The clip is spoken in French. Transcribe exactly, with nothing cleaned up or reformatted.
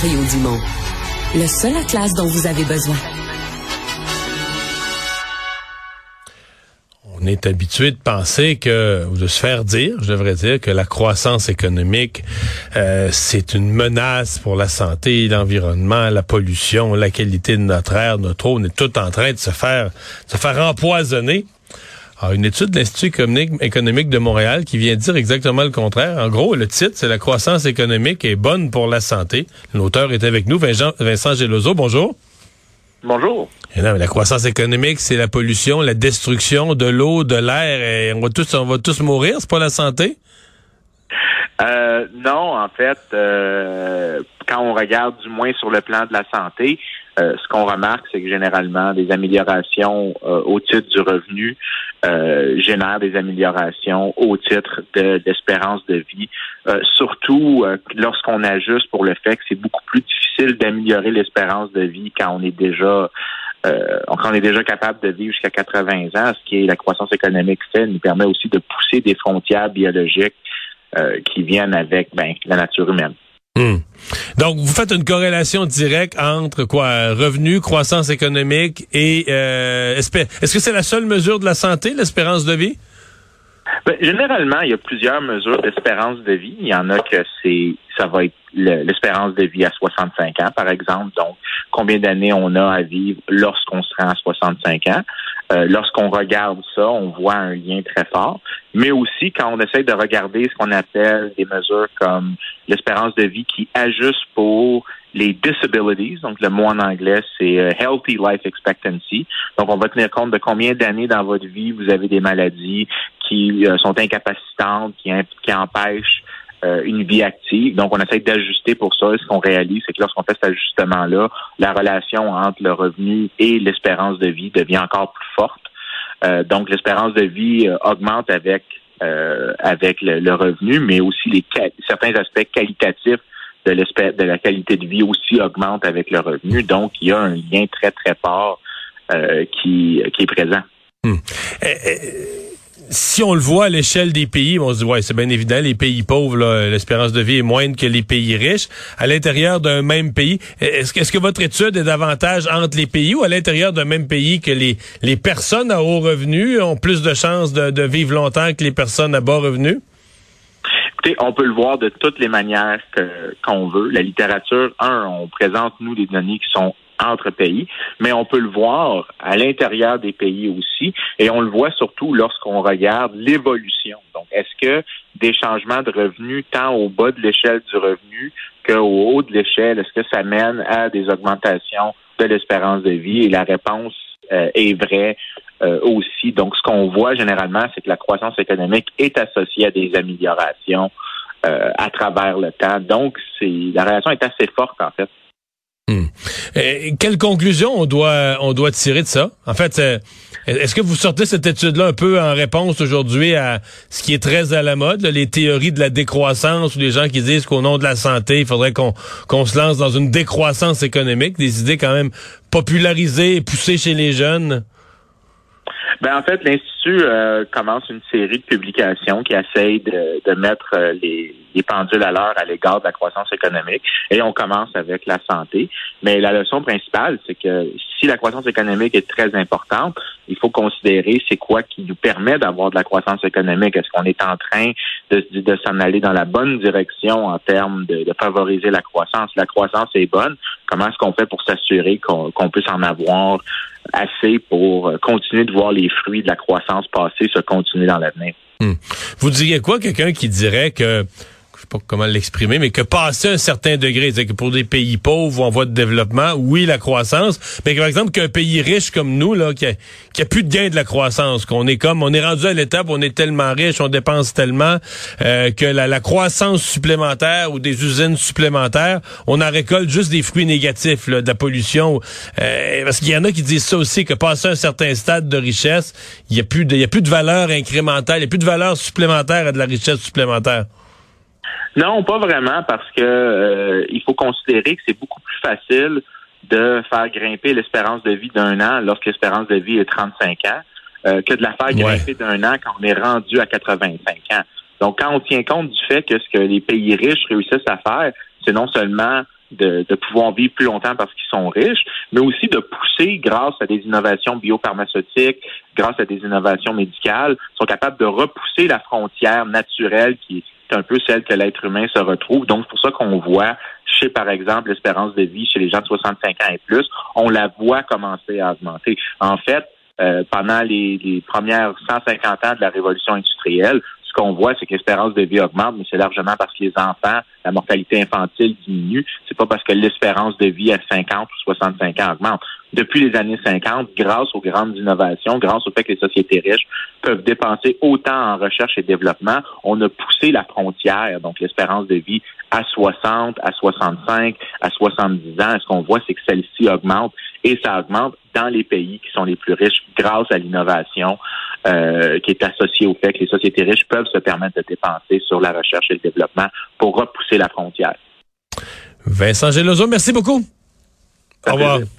Mario Dumont. Le seul atlas dont vous avez besoin. On est habitué de penser que, ou de se faire dire, je devrais dire, que la croissance économique, euh, c'est une menace pour la santé, l'environnement, la pollution, la qualité de notre air, notre eau. On est tout en train de se faire, de se faire empoisonner. Alors, une étude de l'Institut économique de Montréal qui vient dire exactement le contraire. En gros, le titre, c'est « La croissance économique est bonne pour la santé ». L'auteur est avec nous, Vincent, Vincent Geloso. Bonjour. Bonjour. Et non, mais la croissance économique, c'est la pollution, la destruction de l'eau, de l'air, et on va tous, on va tous mourir, c'est pas la santé? Euh, non, en fait, euh, quand on regarde du moins sur le plan de la santé, euh, ce qu'on remarque, c'est que généralement, des améliorations euh, au titre du revenu euh, génèrent des améliorations au titre de d'espérance de vie, euh, surtout euh, lorsqu'on ajuste pour le fait que c'est beaucoup plus difficile d'améliorer l'espérance de vie quand on est déjà Euh, quand on est déjà capable de vivre jusqu'à quatre-vingts ans. Ce qui est la croissance économique fait, nous permet aussi de pousser des frontières biologiques euh, qui viennent avec ben, la nature humaine. Hum. Donc, vous faites une corrélation directe entre quoi, revenu, croissance économique et euh, espé- est-ce que c'est la seule mesure de la santé, l'espérance de vie? Ben, généralement, il y a plusieurs mesures d'espérance de vie. Il y en a que c'est ça va être le, l'espérance de vie à soixante-cinq ans, par exemple. Donc, combien d'années on a à vivre lorsqu'on se rend à soixante-cinq ans. Euh, lorsqu'on regarde ça, on voit un lien très fort. Mais aussi, quand on essaie de regarder ce qu'on appelle des mesures comme l'espérance de vie qui ajuste pour les disabilities, donc le mot en anglais, c'est uh, Healthy Life Expectancy. Donc, on va tenir compte de combien d'années dans votre vie vous avez des maladies qui euh, sont incapacitantes, qui, qui empêchent euh, une vie active. Donc, on essaie d'ajuster pour ça. Ce qu'on réalise, c'est que lorsqu'on fait cet ajustement-là, la relation entre le revenu et l'espérance de vie devient encore plus forte. Euh, donc, l'espérance de vie euh, augmente avec euh, avec le, le revenu, mais aussi les certains aspects qualitatifs de l'espèce de la qualité de vie aussi augmente avec le revenu. Donc, il y a un lien très, très fort euh, qui, qui est présent. Hum. Eh, eh, si on le voit à l'échelle des pays, on se dit, ouais, c'est bien évident, les pays pauvres, là, l'espérance de vie est moindre que les pays riches. À l'intérieur d'un même pays, est-ce que, est-ce que votre étude est davantage entre les pays ou à l'intérieur d'un même pays que les, les personnes à haut revenu ont plus de chances de, de vivre longtemps que les personnes à bas revenus? Écoutez, on peut le voir de toutes les manières que, qu'on veut. La littérature, un, on présente, nous, des données qui sont entre pays, mais on peut le voir à l'intérieur des pays aussi, et on le voit surtout lorsqu'on regarde l'évolution. Donc, est-ce que des changements de revenus, tant au bas de l'échelle du revenu qu'au haut de l'échelle, est-ce que ça mène à des augmentations de l'espérance de vie? Et la réponse euh, est vraie euh, aussi. Donc, ce qu'on voit généralement, c'est que la croissance économique est associée à des améliorations euh, à travers le temps. Donc, c'est la relation est assez forte, en fait. Hum. Et quelle conclusion on doit on doit tirer de ça? En fait, euh, est-ce que vous sortez cette étude-là un peu en réponse aujourd'hui à ce qui est très à la mode, là, les théories de la décroissance ou les gens qui disent qu'au nom de la santé, il faudrait qu'on qu'on se lance dans une décroissance économique, des idées quand même popularisées et poussées chez les jeunes? Ben en fait, l'Institut euh, commence une série de publications qui essayent de, de mettre euh, les, les pendules à l'heure à l'égard de la croissance économique. Et on commence avec la santé. Mais la leçon principale, c'est que si la croissance économique est très importante, il faut considérer c'est quoi qui nous permet d'avoir de la croissance économique. Est-ce qu'on est en train de, de s'en aller dans la bonne direction en termes de, de favoriser la croissance? La croissance est bonne. Comment est-ce qu'on fait pour s'assurer qu'on, qu'on puisse en avoir assez pour continuer de voir les fruits de la croissance passée se continuer dans l'avenir? Hum. Vous diriez quoi, quelqu'un qui dirait que, je sais pas comment l'exprimer, mais que passer un certain degré, c'est-à-dire que pour des pays pauvres ou en voie de développement, oui, la croissance, mais que, par exemple, qu'un pays riche comme nous, là, qui a, qui a plus de gain de la croissance, qu'on est comme, on est rendu à l'étape où on est tellement riche, on dépense tellement, euh, que la, la croissance supplémentaire ou des usines supplémentaires, on en récolte juste des fruits négatifs, là, de la pollution. Euh, parce qu'il y en a qui disent ça aussi, que passer un certain stade de richesse, il y a plus de, il y a plus de valeur incrémentale, il y a plus de valeur supplémentaire à de la richesse supplémentaire. Non, pas vraiment, parce que euh, il faut considérer que c'est beaucoup plus facile de faire grimper l'espérance de vie d'un an lorsque l'espérance de vie est trente-cinq ans euh, que de la faire grimper ouais. d'un an quand on est rendu à quatre-vingt-cinq ans. Donc, quand on tient compte du fait que ce que les pays riches réussissent à faire, c'est non seulement de, de pouvoir vivre plus longtemps parce qu'ils sont riches, mais aussi de pousser, grâce à des innovations biopharmaceutiques, grâce à des innovations médicales, sont capables de repousser la frontière naturelle qui est un peu celle que l'être humain se retrouve. Donc, c'est pour ça qu'on voit chez, par exemple, l'espérance de vie chez les gens de soixante-cinq ans et plus, on la voit commencer à augmenter. En fait, euh, pendant les, les premières cent cinquante ans de la révolution industrielle, ce qu'on voit, c'est que l'espérance de vie augmente, mais c'est largement parce que les enfants, la mortalité infantile diminue. C'est pas parce que l'espérance de vie à cinquante ou soixante-cinq ans augmente. Depuis les années cinquante, grâce aux grandes innovations, grâce au fait que les sociétés riches peuvent dépenser autant en recherche et développement, on a poussé la frontière, donc l'espérance de vie à soixante, à soixante-cinq, à soixante-dix ans. Ce qu'on voit, c'est que celle-ci augmente et ça augmente dans les pays qui sont les plus riches grâce à l'innovation euh, qui est associée au fait que les sociétés riches peuvent se permettre de dépenser sur la recherche et le développement pour repousser la frontière. Vincent Geloso, merci beaucoup. Au revoir.